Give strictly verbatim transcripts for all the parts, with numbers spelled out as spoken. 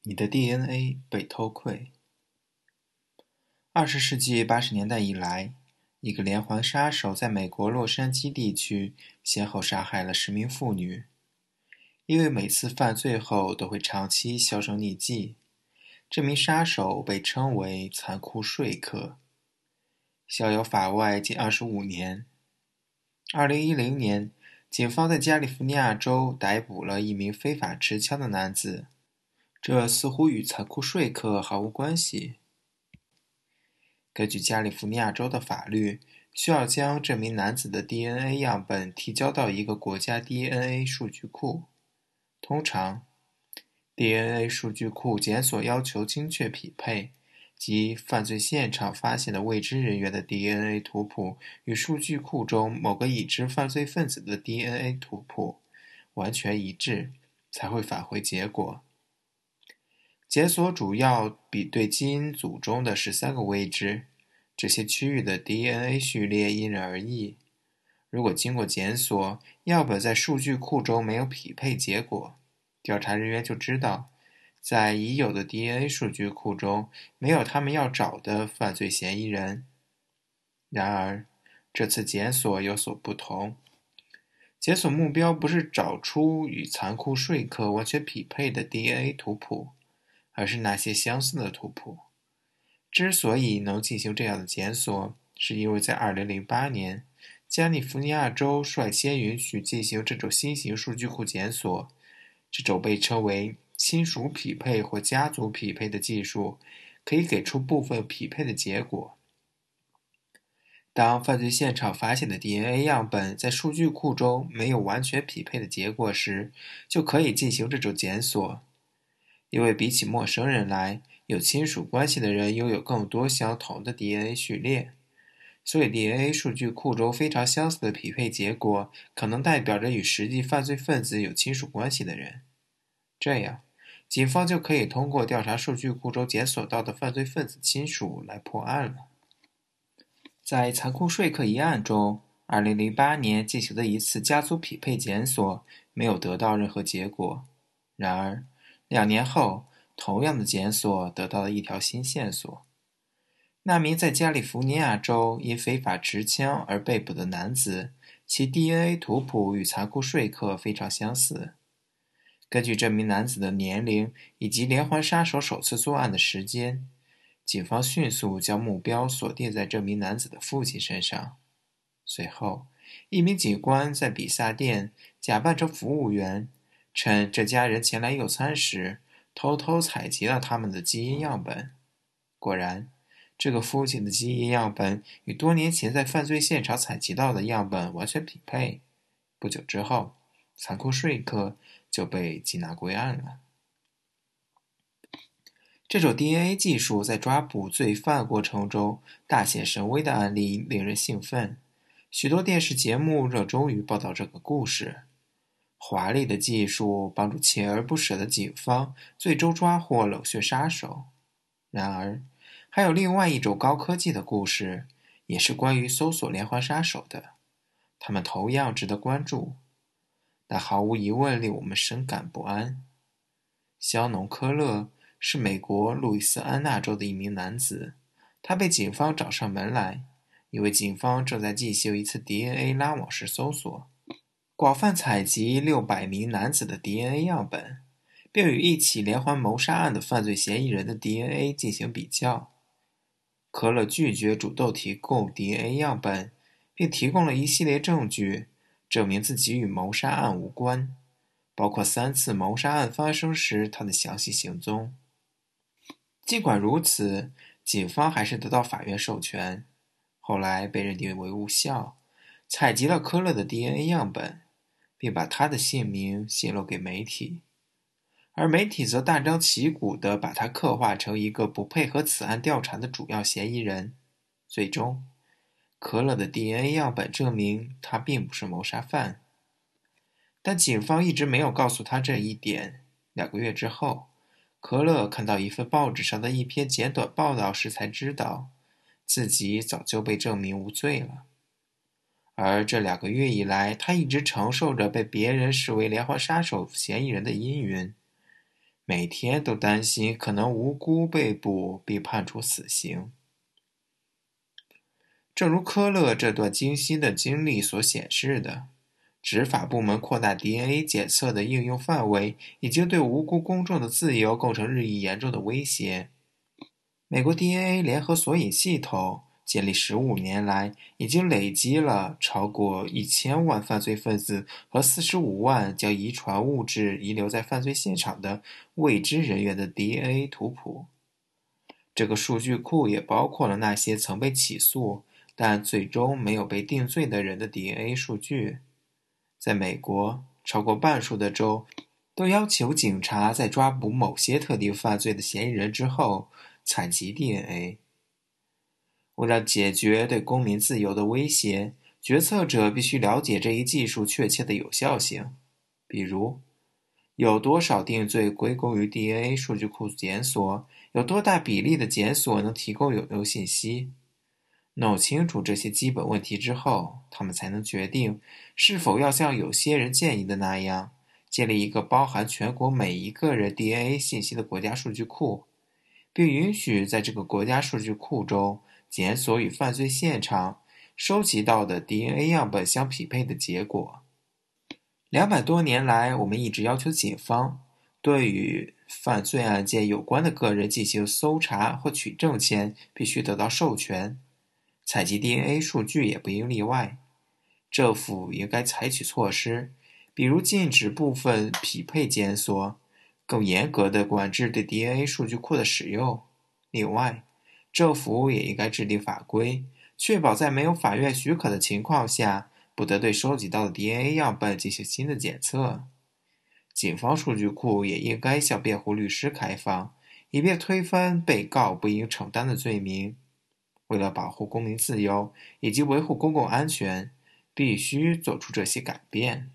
你的 D N A 被偷窥。二十世纪八十年代以来，一个连环杀手在美国洛杉矶地区先后杀害了十名妇女。因为每次犯罪后都会长期销声匿迹，这名杀手被称为残酷说客，逍遥法外近二十五年。二零一零年，警方在加利福尼亚州逮捕了一名非法持枪的男子，这似乎与残酷说客毫无关系。根据加利福尼亚州的法律，需要将这名男子的 D N A 样本提交到一个国家 D N A 数据库。通常 ，D N A 数据库检索要求精确匹配，即犯罪现场发现的未知人员的 D N A 图谱与数据库中某个已知犯罪分子的 D N A 图谱完全一致，才会返回结果。检索主要比对基因组中的十三个位置，这些区域的 D N A 序列因人而异。如果经过检索，样本在数据库中没有匹配结果，调查人员就知道，在已有的 D N A 数据库中没有他们要找的犯罪嫌疑人。然而，这次检索有所不同。检索目标不是找出与残酷说客完全匹配的 D N A 图谱，而是那些相似的图谱。之所以能进行这样的检索，是因为在二零零八年，加利福尼亚州率先允许进行这种新型数据库检索。这种被称为亲属匹配或家族匹配的技术，可以给出部分匹配的结果。当犯罪现场发现的 D N A 样本在数据库中没有完全匹配的结果时，就可以进行这种检索。因为比起陌生人来，有亲属关系的人拥有更多相同的 D N A 序列，所以 D N A 数据库中非常相似的匹配结果可能代表着与实际犯罪分子有亲属关系的人。这样，警方就可以通过调查数据库中检索到的犯罪分子亲属来破案了。在残酷说客一案中，二零零八年进行的一次家族匹配检索没有得到任何结果。然而，两年后，同样的检索得到了一条新线索。那名在加利福尼亚州因非法持枪而被捕的男子，其 D N A 图谱与残酷说客非常相似。根据这名男子的年龄以及连环杀手首次作案的时间，警方迅速将目标锁定在这名男子的父亲身上。随后，一名警官在比萨店假扮成服务员，趁这家人前来用餐时，偷偷采集了他们的基因样本。果然，这个父亲的基因样本与多年前在犯罪现场采集到的样本完全匹配。不久之后，残酷说客就被缉拿归案了。这种 D N A 技术在抓捕罪犯过程中大显神威的案例令人兴奋，许多电视节目热衷于报道这个故事。华丽的技术帮助锲而不舍的警方最终抓获冷血杀手。然而，还有另外一种高科技的故事，也是关于搜索连环杀手的，他们同样值得关注，但毫无疑问令我们深感不安。肖农·科勒是美国路易斯安那州的一名男子，他被警方找上门来，因为警方正在进行一次 D N A 拉网式搜索，广泛采集六百名男子的 D N A 样本，并与一起连环谋杀案的犯罪嫌疑人的 D N A 进行比较。科勒拒绝主动提供 D N A 样本，并提供了一系列证据，证明自己与谋杀案无关，包括三次谋杀案发生时他的详细行踪。尽管如此，警方还是得到法院授权，后来被认定为无效，采集了科勒的 D N A 样本，并把他的姓名泄露给媒体，而媒体则大张旗鼓地把他刻画成一个不配合此案调查的主要嫌疑人。最终，科勒的 D N A 样本证明他并不是谋杀犯，但警方一直没有告诉他这一点。两个月之后，科勒看到一份报纸上的一篇简短报道时才知道，自己早就被证明无罪了。而这两个月以来，他一直承受着被别人视为连环杀手嫌疑人的阴云。 每天都担心可能无辜被捕并判处死刑。正如科勒这段惊心的经历所显示的，执法部门扩大 D N A 检测的应用范围，已经对无辜公众的自由构成日益严重的威胁。美国 D N A 联合索引系统建立十五年来，已经累积了超过一千万犯罪分子和四十五万将遗传物质遗留在犯罪现场的未知人员的 D N A 图谱。这个数据库也包括了那些曾被起诉但最终没有被定罪的人的 D N A 数据。在美国，超过半数的州都要求警察在抓捕某些特定犯罪的嫌疑人之后采集 D N A。 为了解决对公民自由的威胁，决策者必须了解这一技术确切的有效性，比如有多少定罪归功于 D N A 数据库检索，有多大比例的检索能提供有用信息。弄清楚这些基本问题之后，他们才能决定是否要像有些人建议的那样，建立一个包含全国每一个人 D N A 信息的国家数据库，并允许在这个国家数据库中检索与犯罪现场收集到的 D N A 样本相匹配的结果。两百多年来，我们一直要求警方对与犯罪案件有关的个人进行搜查或取证前必须得到授权，采集 D N A 数据也不应例外。政府应该采取措施，比如禁止部分匹配检索，更严格的管制对 D N A 数据库的使用。另外，政府也应该制定法规，确保在没有法院许可的情况下，不得对收集到的 D N A 样本进行新的检测。警方数据库也应该向辩护律师开放，以便推翻被告不应承担的罪名。为了保护公民自由以及维护公共安全，必须做出这些改变。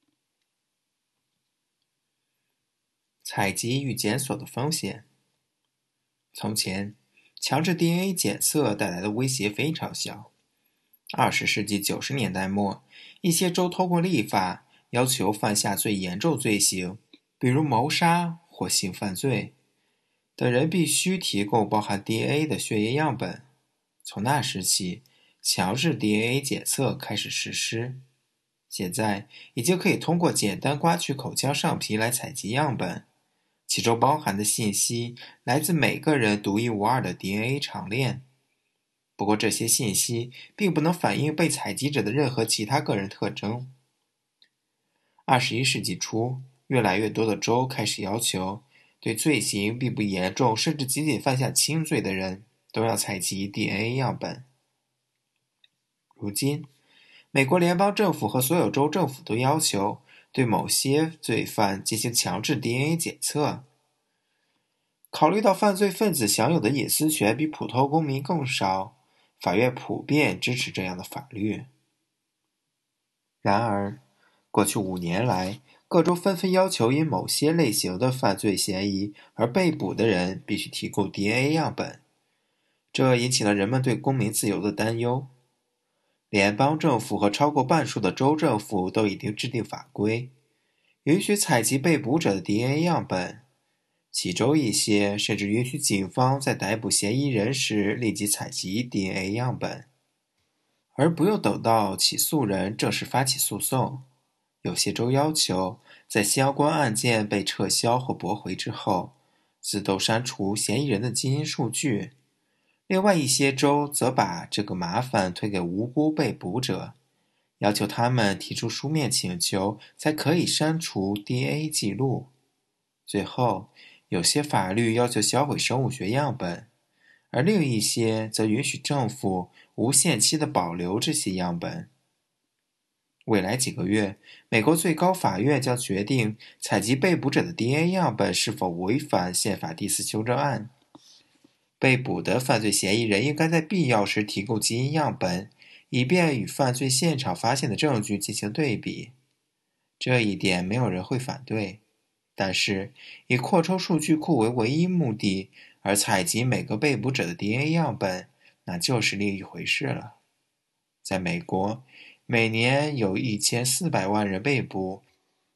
采集与检索的风险。从前，强制 D N A 检测带来的威胁非常小。二十世纪九十年代末，一些州通过立法，要求犯下最严重罪行，比如谋杀或性犯罪的人必须提供包含 D N A 的血液样本。从那时起，强制 D N A 检测开始实施。现在已经可以通过简单刮去口腔上皮来采集样本，其中包含的信息来自每个人独一无二的 D N A 长链。不过这些信息并不能反映被采集者的任何其他个人特征。二十一世纪初，越来越多的州开始要求对罪行并不严重甚至仅仅犯下轻罪的人都要采集 D N A 样本。如今，美国联邦政府和所有州政府都要求对某些罪犯进行强制 D N A 检测。考虑到犯罪分子享有的隐私权比普通公民更少，法院普遍支持这样的法律。然而，过去五年来，各州纷纷要求因某些类型的犯罪嫌疑而被捕的人必须提供 D N A 样本，这引起了人们对公民自由的担忧。联邦政府和超过半数的州政府都已经制定法规，允许采集被捕者的 D N A 样本，其中一些甚至允许警方在逮捕嫌疑人时立即采集 D N A 样本，而不用等到起诉人正式发起诉讼。有些州要求在相关案件被撤销或驳回之后，自动删除嫌疑人的基因数据。另外一些州则把这个麻烦推给无辜被捕者，要求他们提出书面请求才可以删除 D N A 记录。最后，有些法律要求销毁生物学样本，而另一些则允许政府无限期地保留这些样本。未来几个月，美国最高法院将决定采集被捕者的 D N A 样本是否违反宪法第四修正案。被捕的犯罪嫌疑人应该在必要时提供基因样本，以便与犯罪现场发现的证据进行对比。这一点没有人会反对，但是以扩充数据库为唯一目的，而采集每个被捕者的 D N A 样本，那就是另一回事了。在美国，每年有一千四百万人被捕，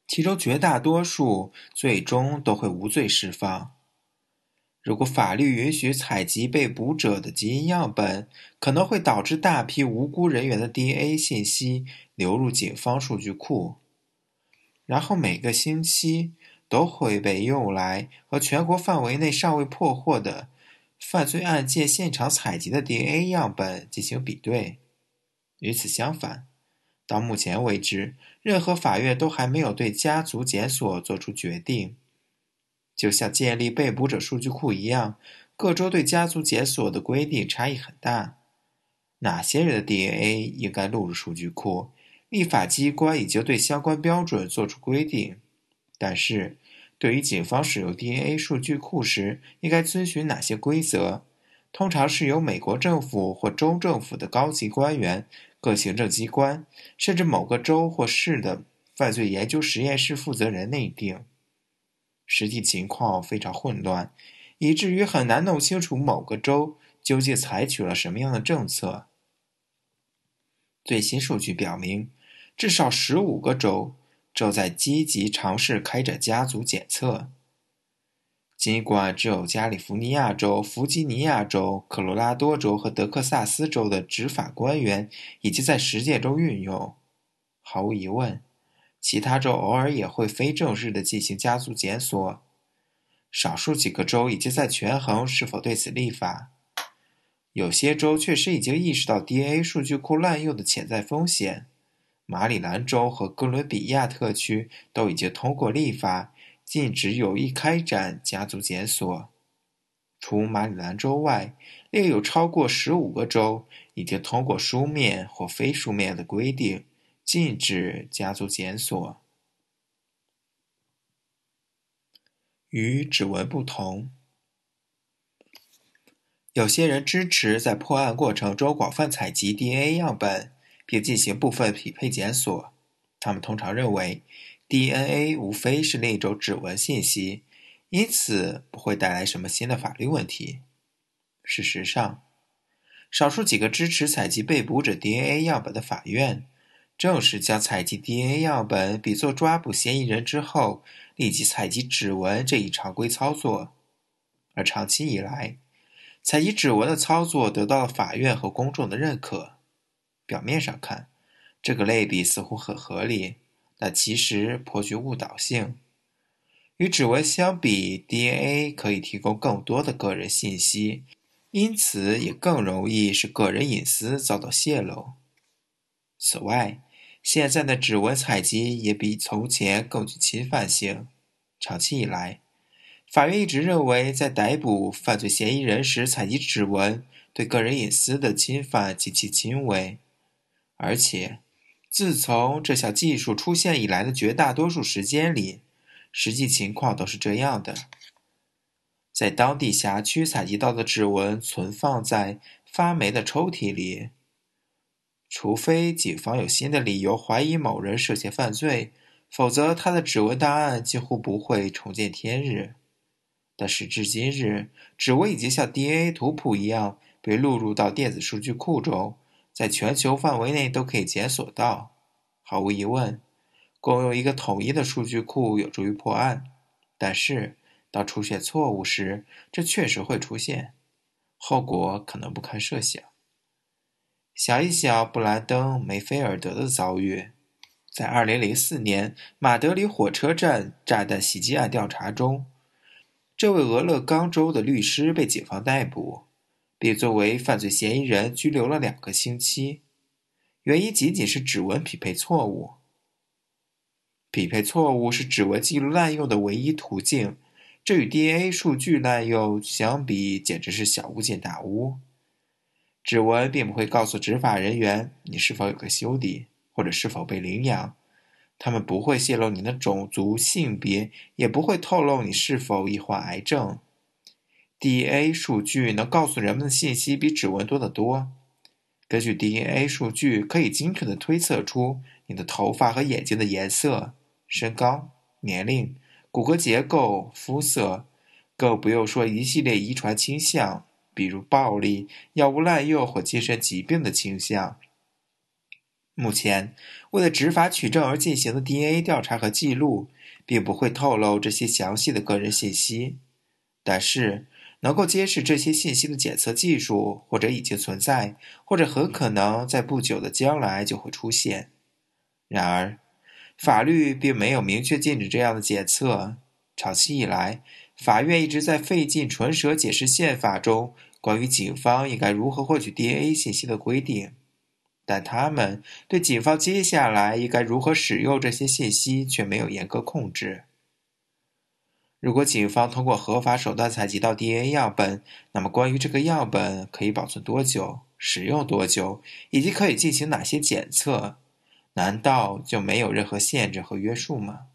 其中绝大多数最终都会无罪释放。如果法律允许采集被捕者的基因样本，可能会导致大批无辜人员的 D N A 信息流入警方数据库，然后每个星期都会被用来和全国范围内尚未破获的犯罪案件现场采集的 D N A 样本进行比对。与此相反，到目前为止，任何法院都还没有对家族检索做出决定。就像建立被捕者数据库一样，各州对家族检索的规定差异很大。哪些人的 D N A 应该录入数据库，立法机关已经对相关标准做出规定。但是，对于警方使用 D N A 数据库时，应该遵循哪些规则，通常是由美国政府或州政府的高级官员、各行政机关，甚至某个州或市的犯罪研究实验室负责人内定。实际情况非常混乱，以至于很难弄清楚某个州究竟采取了什么样的政策。最新数据表明，至少十五个州正在积极尝试开展家族检测。尽管只有加利福尼亚州、弗吉尼亚州、科罗拉多州和德克萨斯州的执法官员已经在实践中运用，毫无疑问，其他州偶尔也会非正式地进行家族检索。少数几个州已经在权衡是否对此立法。有些州确实已经意识到 D N A 数据库滥用的潜在风险。马里兰州和哥伦比亚特区都已经通过立法，禁止有意开展家族检索。除马里兰州外，另有超过十五个州已经通过书面或非书面的规定，禁止家族检索。与指纹不同，有些人支持在破案过程中广泛采集 D N A 样本，并进行部分匹配检索。他们通常认为 D N A 无非是另一种指纹信息，因此不会带来什么新的法律问题。事实上，少数几个支持采集被捕者 D N A 样本的法院，正是将采集 D N A 样本比作抓捕嫌疑人之后立即采集指纹这一常规操作。而长期以来，采集指纹的操作得到了法院和公众的认可。表面上看，这个类比似乎很合理，但其实颇具误导性。与指纹相比， D N A 可以提供更多的个人信息，因此也更容易使个人隐私遭到泄露。此外，现在的指纹采集也比从前更具侵犯性。长期以来，法院一直认为，在逮捕犯罪嫌疑人时采集指纹对个人隐私的侵犯极其轻微。而且，自从这项技术出现以来的绝大多数时间里，实际情况都是这样的。在当地辖区采集到的指纹存放在发霉的抽屉里，除非警方有新的理由怀疑某人涉嫌犯罪，否则他的指纹档案几乎不会重见天日。但时至今日，指纹已经像 D N A 图谱一样被录入到电子数据库中，在全球范围内都可以检索到。毫无疑问，共用一个统一的数据库有助于破案，但是当出现错误时，这确实会出现，后果可能不堪设想。想一想布兰登·梅菲尔德的遭遇。在二零零四年马德里火车站炸弹袭击案调查中，这位俄勒冈州的律师被警方逮捕，并作为犯罪嫌疑人拘留了两个星期，原因仅仅是指纹匹配错误。匹配错误是指纹记录滥用的唯一途径，这与 D N A 数据滥用相比简直是小巫见大巫。指纹并不会告诉执法人员你是否有个兄弟，或者是否被领养。他们不会泄露你的种族、性别，也不会透露你是否易患癌症。D N A 数据能告诉人们的信息比指纹多得多。根据 D N A 数据，可以精确地推测出你的头发和眼睛的颜色、身高、年龄、骨骼结构、肤色，更不用说一系列遗传倾向，比如暴力、药物滥用或精神疾病的倾向。 目前，为了执法取证而进行的 D N A 调查和记录，并不会透露这些详细的个人信息，但是能够揭示这些信息的检测技术或者已经存在，或者很可能在不久的将来就会出现。然而，法律并没有明确禁止这样的检测。长期以来，法院一直在费尽唇舌解释宪法中关于警方应该如何获取 D N A 信息的规定，但他们对警方接下来应该如何使用这些信息却没有严格控制。如果警方通过合法手段采集到 D N A 样本，那么关于这个样本可以保存多久、使用多久，以及可以进行哪些检测，难道就没有任何限制和约束吗？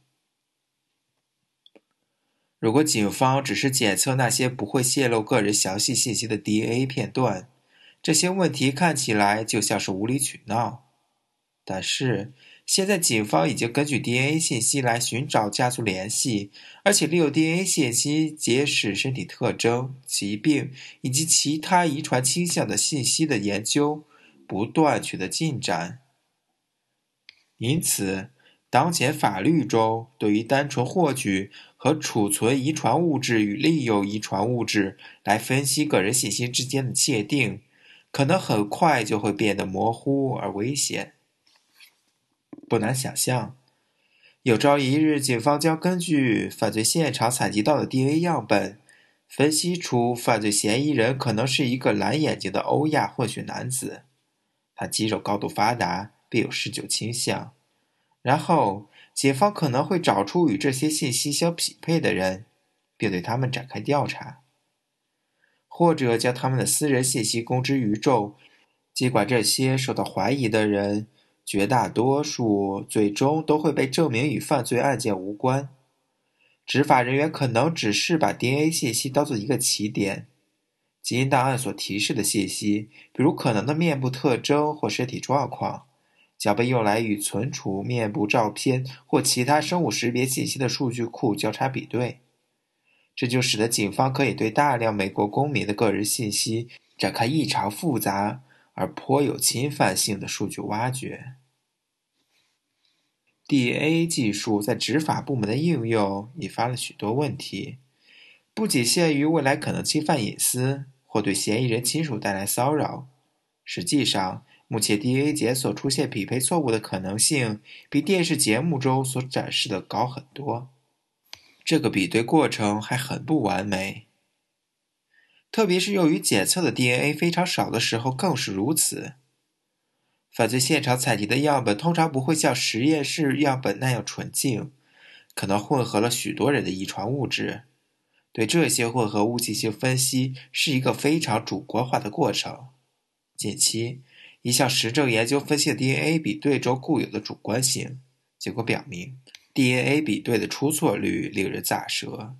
如果警方只是检测那些不会泄露个人详细信息的 D N A 片段，这些问题看起来就像是无理取闹。但是，现在警方已经根据 D N A 信息来寻找家族联系，而且利用 D N A 信息揭示身体特征、疾病以及其他遗传倾向的信息的研究不断取得进展。因此，当前法律中对于单纯获取和储存遗传物质与利用遗传物质来分析个人信息之间的界定，可能很快就会变得模糊而危险。不难想象，有朝一日警方将根据犯罪现场采集到的 D N A 样本，分析出犯罪嫌疑人可能是一个蓝眼睛的欧亚混血男子，他肌肉高度发达，并有嗜酒倾向。然后，警方可能会找出与这些信息相匹配的人，并对他们展开调查，或者将他们的私人信息公之于众。尽管这些受到怀疑的人绝大多数最终都会被证明与犯罪案件无关，执法人员可能只是把 D N A 信息当作一个起点，基因档案所提示的信息，比如可能的面部特征或身体状况，将被用来与存储面部照片或其他生物识别信息的数据库交叉比对。这就使得警方可以对大量美国公民的个人信息展开异常复杂而颇有侵犯性的数据挖掘。D N A 技术在执法部门的应用引发了许多问题，不仅限于未来可能侵犯隐私或对嫌疑人亲属带来骚扰，实际上，目前 D N A 检索出现匹配错误的可能性比电视节目中所展示的高很多。这个比对过程还很不完美，特别是用于检测的 D N A 非常少的时候更是如此。犯罪现场采集的样本通常不会像实验室样本那样纯净，可能混合了许多人的遗传物质。对这些混合物进行分析是一个非常主观化的过程。近期，一项实证研究分析了 D N A 比对中固有的主观性，结果表明 D N A 比对的出错率令人咋舌。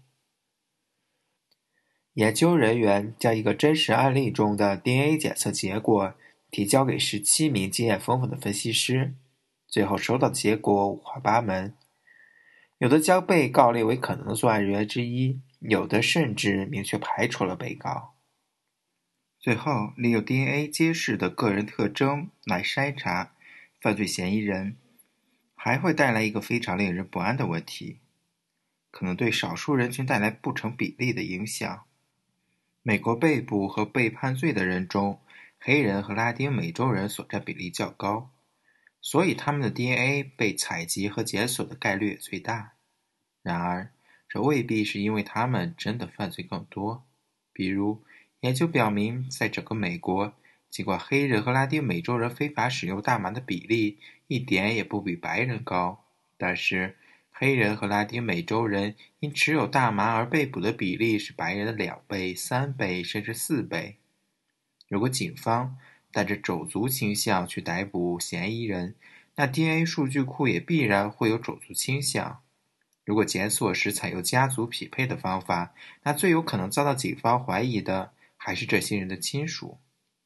研究人员将一个真实案例中的 D N A 检测结果提交给十七名经验丰富的分析师，最后收到的结果五花八门，有的将被告列为可能的作案人员之一，有的甚至明确排除了被告。最后，利用 D N A 揭示的个人特征来筛查犯罪嫌疑人，还会带来一个非常令人不安的问题，可能对少数人群带来不成比例的影响。美国被捕和被判罪的人中，黑人和拉丁美洲人所占比例较高，所以他们的 D N A 被采集和检索的概率也最大。然而，这未必是因为他们真的犯罪更多。比如，研究表明，在整个美国，尽管黑人和拉丁美洲人非法使用大麻的比例一点也不比白人高，但是黑人和拉丁美洲人因持有大麻而被捕的比例是白人的两倍、三倍甚至四倍。如果警方带着种族倾向去逮捕嫌疑人，那 D N A 数据库也必然会有种族倾向。如果检索时采用家族匹配的方法，那最有可能遭到警方怀疑的还是这些人的亲属。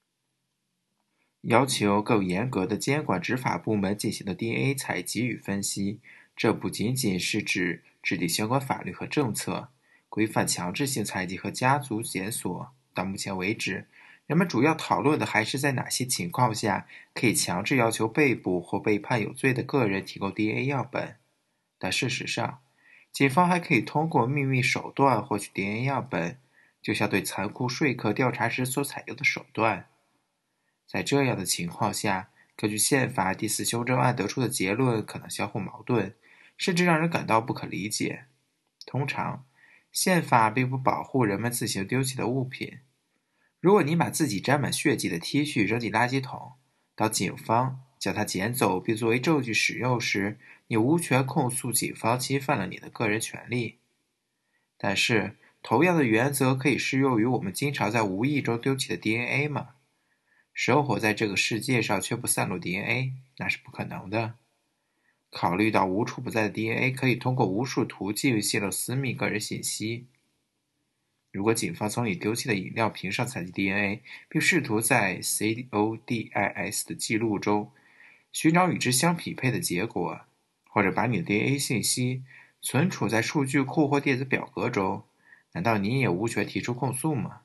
要求更严格的监管执法部门进行的 D N A 采集与分析，这不仅仅是指制定相关法律和政策，规范强制性采集和家族检索。到目前为止， 人们主要讨论的还是在哪些情况下可以强制要求被捕或被判有罪的个人提供 D N A 样本。但事实上，警方还可以通过秘密手段获取 D N A 样本，就像对残酷说客调查时所采用的手段。在这样的情况下，根据宪法第四修正案得出的结论可能相互矛盾，甚至让人感到不可理解。通常，宪法并不保护人们自行丢弃的物品。如果你把自己沾满血迹的 T 恤扔进垃圾桶，当警方将它捡走并作为证据使用时，你无权控诉警方侵犯了你的个人权利。但是，同样的原则可以适用于我们经常在无意中丢弃的 D N A 吗？生活在这个世界上却不散落 D N A， 那是不可能的。考虑到无处不在的 D N A 可以通过无数途径泄露私密个人信息。如果警方从你丢弃的饮料瓶上采集 D N A， 并试图在 C O D I S 的记录中寻找与之相匹配的结果，或者把你的 D N A 信息存储在数据库或电子表格中，难道你也无权提出控诉吗？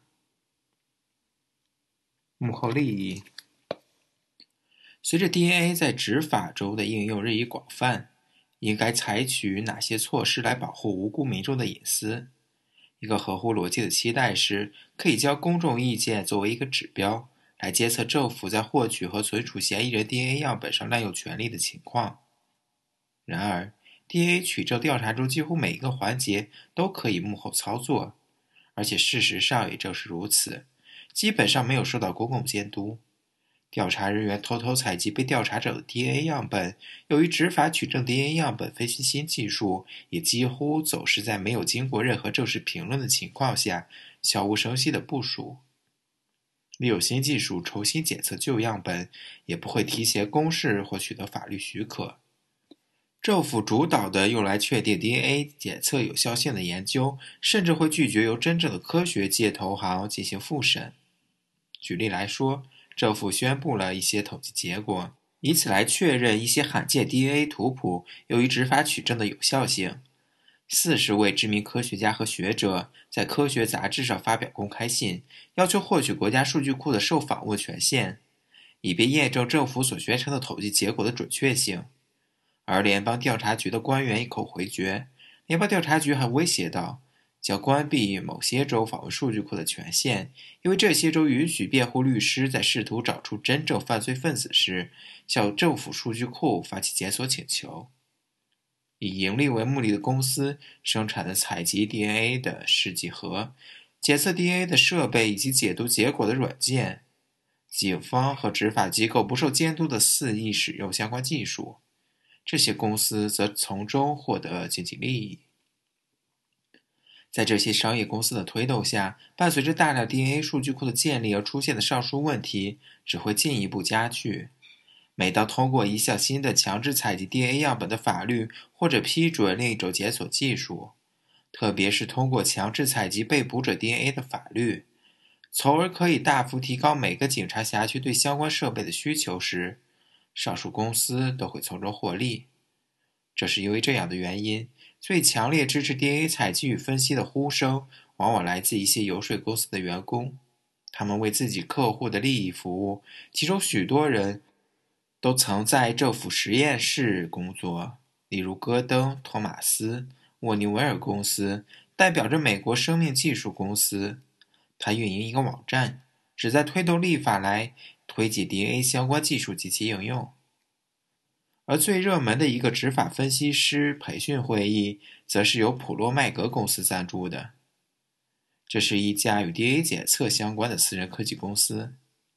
幕后利益。随着 D N A 在执法中的应用日益广泛，应该采取哪些措施来保护无辜民众的隐私？一个合乎逻辑的期待是，可以将公众意见作为一个指标，来监测政府在获取和存储嫌疑人 D N A 样本上滥用权力的情况。然而 ，D N A 取证调查中几乎每一个环节都可以幕后操作，而且事实上也正是如此，基本上没有受到公共监督。调查人员偷偷采集被调查者的 D N A 样本，由于执法取证 D N A 样本分析新技术也几乎总是在没有经过任何正式评论的情况下悄无声息的部署。利用新技术重新检测旧样本，也不会提前公示或取得法律许可。政府主导的用来确定 D N A 检测有效性的研究，甚至会拒绝由真正的科学界同行进行复审。举例来说，政府宣布了一些统计结果，以此来确认一些罕见 D N A 图谱由于执法取证的有效性。四十位知名科学家和学者在科学杂志上发表公开信，要求获取国家数据库的受访问权限，以便验证政府所宣称的统计结果的准确性。而联邦调查局的官员一口回绝，联邦调查局还威胁道，将关闭某些州访问数据库的权限，因为这些州允许辩护律师在试图找出真正犯罪分子时，向政府数据库发起检索请求。以盈利为目的的公司生产的采集 D N A 的试剂盒、检测 D N A 的设备以及解读结果的软件，警方和执法机构不受监督地肆意使用相关技术，这些公司则从中获得经济利益。在这些商业公司的推动下，伴随着大量 D N A 数据库的建立而出现的上述问题只会进一步加剧。每当通过一项新的强制采集 D N A 样本的法律，或者批准另一种检索技术，特别是通过强制采集被捕者 D N A 的法律，从而可以大幅提高每个警察辖区对相关设备的需求时，上述公司都会从中获利。这是因为这样的原因，最强烈支持 D N A 采集与分析的呼声往往来自一些游说公司的员工，他们为自己客户的利益服务，其中许多人都曾在政府实验室工作，例如戈登·托马斯·沃尼维尔公司代表着美国生命技术公司，它运营一个网站，旨在推动立法来推进 D N A 相关技术及其应用。而最热门的一个执法分析师培训会议，则是由普洛麦格公司赞助的。这是一家与 D N A 检测相关的私人科技公司。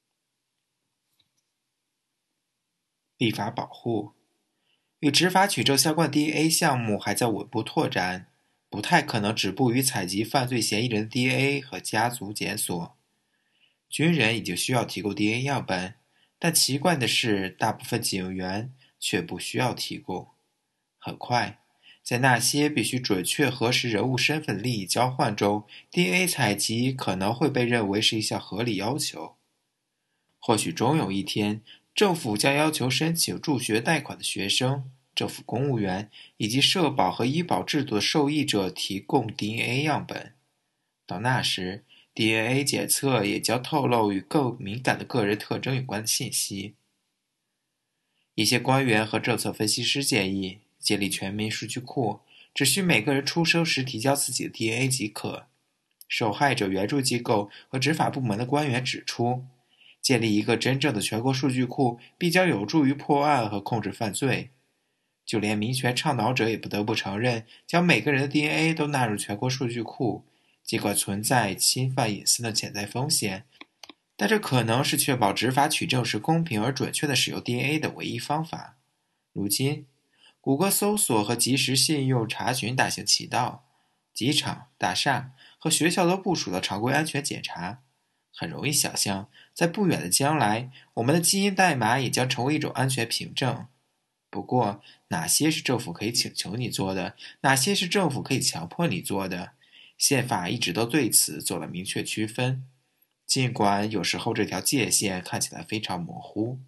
立法保护与执法取证相关的 D N A 项目还在稳步拓展，不太可能止步于采集犯罪嫌疑人的 D N A 和家族检索。军人已经需要提供 D N A 样本，但奇怪的是，大部分警员却不需要提供。很快，在那些必须准确核实人物身份的利益交换中， D N A 采集可能会被认为是一项合理要求。或许终有一天，政府将要求申请助学贷款的学生、政府公务员以及社保和医保制度的受益者提供 D N A 样本。到那时， D N A 检测也将透露与更敏感的个人特征有关的信息。一些官员和政策分析师建议建立全民数据库，只需每个人出生时提交自己的 D N A 即可。受害者援助机构和执法部门的官员指出，建立一个真正的全国数据库必将有助于破案和控制犯罪。就连民权倡导者也不得不承认，将每个人的 D N A 都纳入全国数据库，尽管存在侵犯隐私的潜在风险，但这可能是确保执法取证时公平而准确的使用 D N A 的唯一方法。如今，谷歌搜索和即时信用查询大行其道，机场、大厦和学校都部署了常规安全检查。很容易想象，在不远的将来，我们的基因代码也将成为一种安全凭证。不过，哪些是政府可以请求你做的，哪些是政府可以强迫你做的，宪法一直都对此做了明确区分，尽管有时候这条界限看起来非常模糊。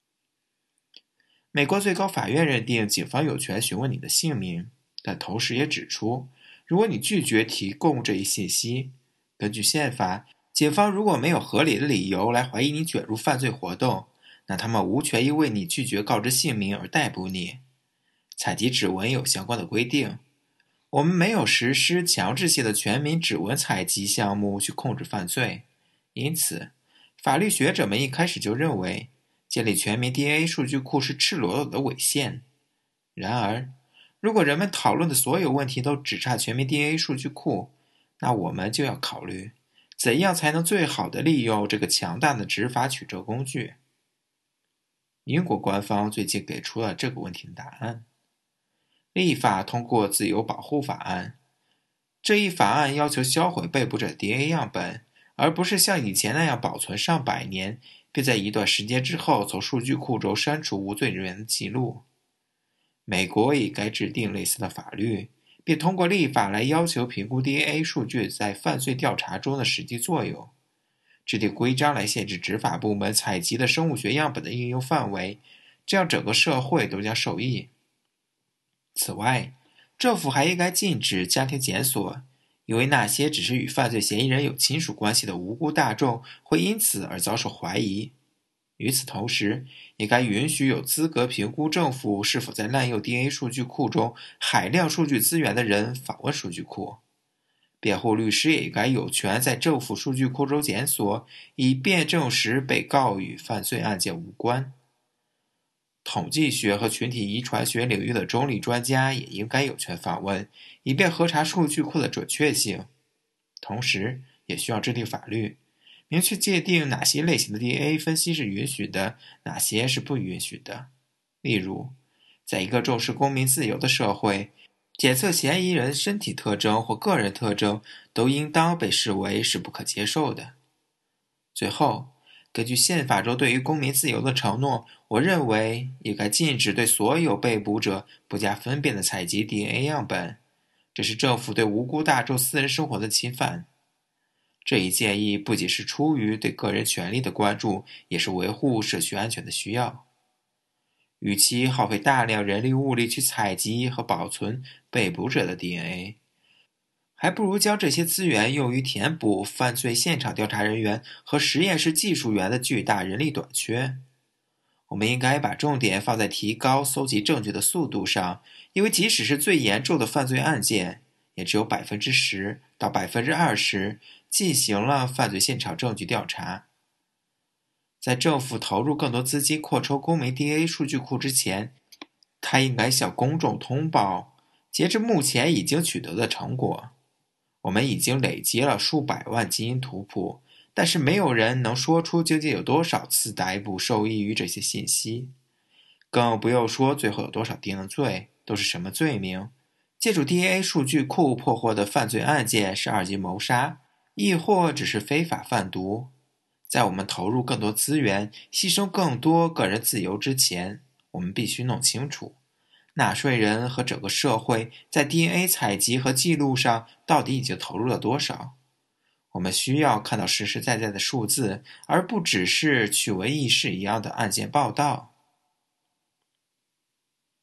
美国最高法院认定警方有权询问你的姓名，但同时也指出，如果你拒绝提供这一信息，根据宪法，警方如果没有合理的理由来怀疑你卷入犯罪活动，那他们无权因为你拒绝告知姓名而逮捕你。采集指纹有相关的规定，我们没有实施强制性的全民指纹采集项目去控制犯罪，因此，法律学者们一开始就认为，建立全民 D N A 数据库是赤裸裸的违宪。然而，如果人们讨论的所有问题都只差全民 D N A 数据库，那我们就要考虑，怎样才能最好地利用这个强大的执法取证工具。英国官方最近给出了这个问题的答案。立法通过自由保护法案，这一法案要求销毁被捕者 D N A 样本，而不是像以前那样保存上百年，并在一段时间之后从数据库中删除无罪人员的记录。美国也该制定类似的法律，并通过立法来要求评估 D N A 数据在犯罪调查中的实际作用，制定规章来限制执法部门采集的生物学样本的应用范围，这样整个社会都将受益。此外，政府还应该禁止家庭检索，因为那些只是与犯罪嫌疑人有亲属关系的无辜大众会因此而遭受怀疑。与此同时，也该允许有资格评估政府是否在滥用 D N A 数据库中海量数据资源的人访问数据库。辩护律师也应该有权在政府数据库中检索，以便证实被告与犯罪案件无关。统计学和群体遗传学领域的中立专家也应该有权访问，以便核查数据库的准确性。同时，也需要制定法律，明确界定哪些类型的 D N A 分析是允许的，哪些是不允许的。例如，在一个重视公民自由的社会，检测嫌疑人身体特征或个人特征都应当被视为是不可接受的。最后，根据宪法中对于公民自由的承诺，我认为也该禁止对所有被捕者不加分辨的采集 D N A 样本，这是政府对无辜大众私人生活的侵犯。这一建议不仅是出于对个人权利的关注，也是维护社区安全的需要。与其耗费大量人力物力去采集和保存被捕者的 D N A， 还不如将这些资源用于填补犯罪现场调查人员和实验室技术员的巨大人力短缺。我们应该把重点放在提高搜集证据的速度上，因为即使是最严重的犯罪案件，也只有 百分之十 到 百分之二十 进行了犯罪现场证据调查。在政府投入更多资金扩充公民 D N A 数据库之前，它应该向公众通报截至目前已经取得的成果。我们已经累积了数百万基因图谱，但是没有人能说出究竟有多少次逮捕受益于这些信息，更不用说最后有多少定了罪，都是什么罪名。借助 D N A 数据库破获的犯罪案件是二级谋杀，亦或只是非法贩毒。在我们投入更多资源，牺牲更多个人自由之前，我们必须弄清楚，纳税人和整个社会在 D N A 采集和记录上到底已经投入了多少。我们需要看到实实在在的数字，而不只是趣闻轶事一样的案件报道。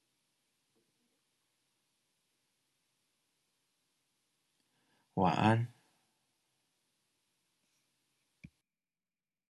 晚安。